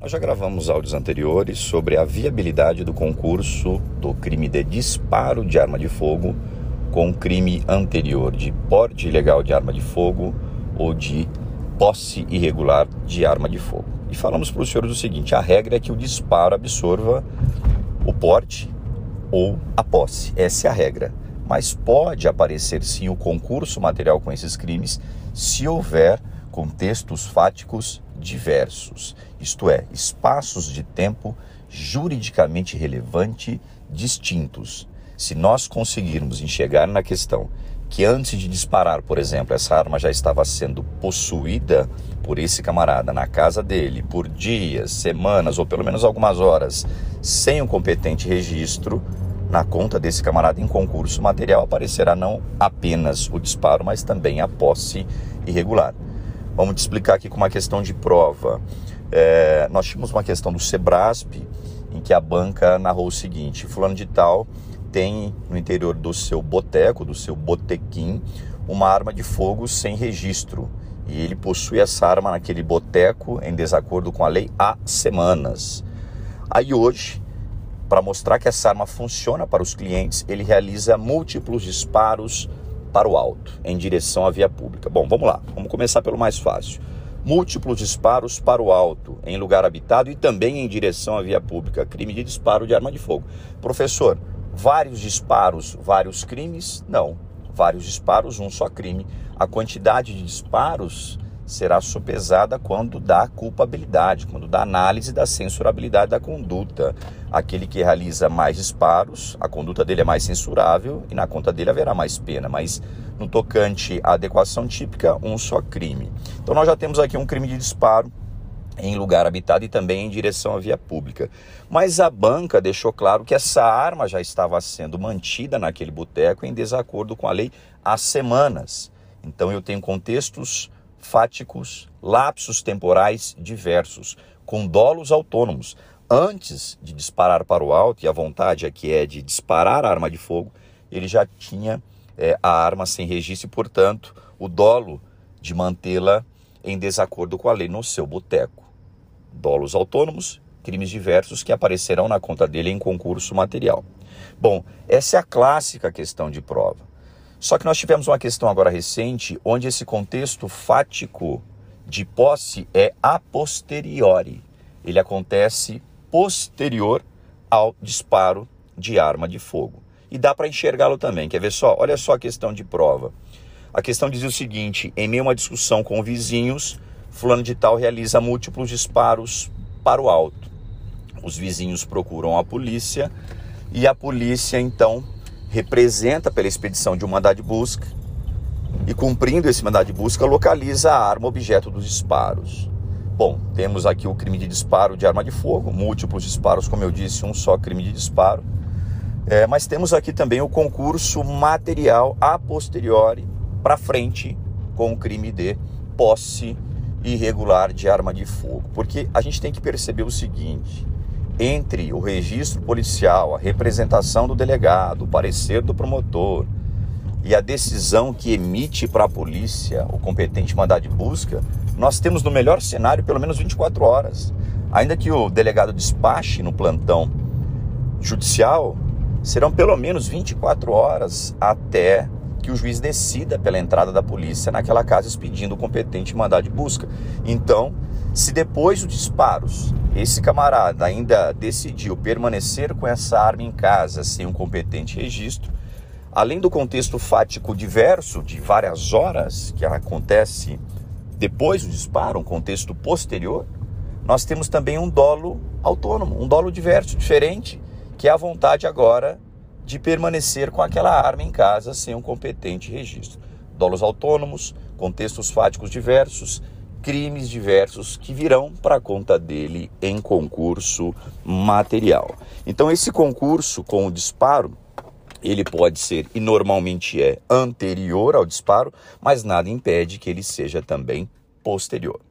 Nós já gravamos áudios anteriores sobre a viabilidade do concurso do crime de disparo de arma de fogo com o crime anterior de porte ilegal de arma de fogo ou de posse irregular de arma de fogo. E falamos para os senhores o seguinte: a regra é que o disparo absorva o porte ou a posse. Essa é a regra. Mas pode aparecer sim o concurso material com esses crimes se houver contextos fáticos diversos, isto é, espaços de tempo juridicamente relevante distintos. Se nós conseguirmos enxergar na questão que antes de disparar, por exemplo, essa arma já estava sendo possuída por esse camarada na casa dele por dias, semanas ou pelo menos algumas horas, sem um competente registro, na conta desse camarada em concurso material aparecerá não apenas o disparo, mas também a posse irregular. Vamos te explicar aqui com uma questão de prova. Nós tínhamos uma questão do Sebrasp, em que a banca narrou o seguinte: fulano de tal tem no interior do seu boteco, do seu botequim, uma arma de fogo sem registro. E ele possui essa arma naquele boteco em desacordo com a lei há semanas. Aí hoje, para mostrar que essa arma funciona para os clientes, ele realiza múltiplos disparos para o alto, em direção à via pública. Bom, vamos lá, vamos começar pelo mais fácil. Múltiplos disparos para o alto, em lugar habitado e também em direção à via pública. Crime de disparo de arma de fogo. Professor, vários disparos, vários crimes? Não. Vários disparos, um só crime. A quantidade de disparos será sopesada quando dá culpabilidade, quando dá análise da censurabilidade da conduta. Aquele que realiza mais disparos, a conduta dele é mais censurável e na conta dele haverá mais pena, mas no tocante à adequação típica, um só crime. Então nós já temos aqui um crime de disparo em lugar habitado e também em direção à via pública. Mas a banca deixou claro que essa arma já estava sendo mantida naquele boteco em desacordo com a lei há semanas. Então eu tenho contextos fáticos, lapsos temporais diversos, com dolos autônomos. Antes de disparar para o alto, e a vontade aqui é de disparar a arma de fogo, ele já tinha a arma sem registro e, portanto, o dolo de mantê-la em desacordo com a lei no seu boteco. Dolos autônomos, crimes diversos que aparecerão na conta dele em concurso material. Bom, essa é a clássica questão de prova. Só que nós tivemos uma questão agora recente, onde esse contexto fático de posse é a posteriori. Ele acontece posterior ao disparo de arma de fogo. E dá para enxergá-lo também. Quer ver só? Olha só a questão de prova. A questão dizia o seguinte: em meio a uma discussão com vizinhos, fulano de tal realiza múltiplos disparos para o alto. Os vizinhos procuram a polícia e a polícia, então, representa pela expedição de um mandado de busca e, cumprindo esse mandado de busca, localiza a arma objeto dos disparos. Bom, temos aqui o crime de disparo de arma de fogo, múltiplos disparos, como eu disse, um só crime de disparo. Mas temos aqui também o concurso material a posteriori para frente com o crime de posse irregular de arma de fogo. Porque a gente tem que perceber o seguinte: entre o registro policial, a representação do delegado, o parecer do promotor e a decisão que emite para a polícia o competente mandado de busca, nós temos no melhor cenário pelo menos 24 horas. Ainda que o delegado despache no plantão judicial, serão pelo menos 24 horas até que o juiz decida pela entrada da polícia naquela casa expedindo o competente mandado de busca. Então, se depois dos disparos esse camarada ainda decidiu permanecer com essa arma em casa sem um competente registro, além do contexto fático diverso de várias horas que acontece depois do disparo, um contexto posterior, nós temos também um dolo autônomo, um dolo diverso, diferente, que é a vontade agora de permanecer com aquela arma em casa sem um competente registro. Dolos autônomos, contextos fáticos diversos, crimes diversos que virão para a conta dele em concurso material. Então esse concurso com o disparo, ele pode ser, e normalmente é, anterior ao disparo, mas nada impede que ele seja também posterior.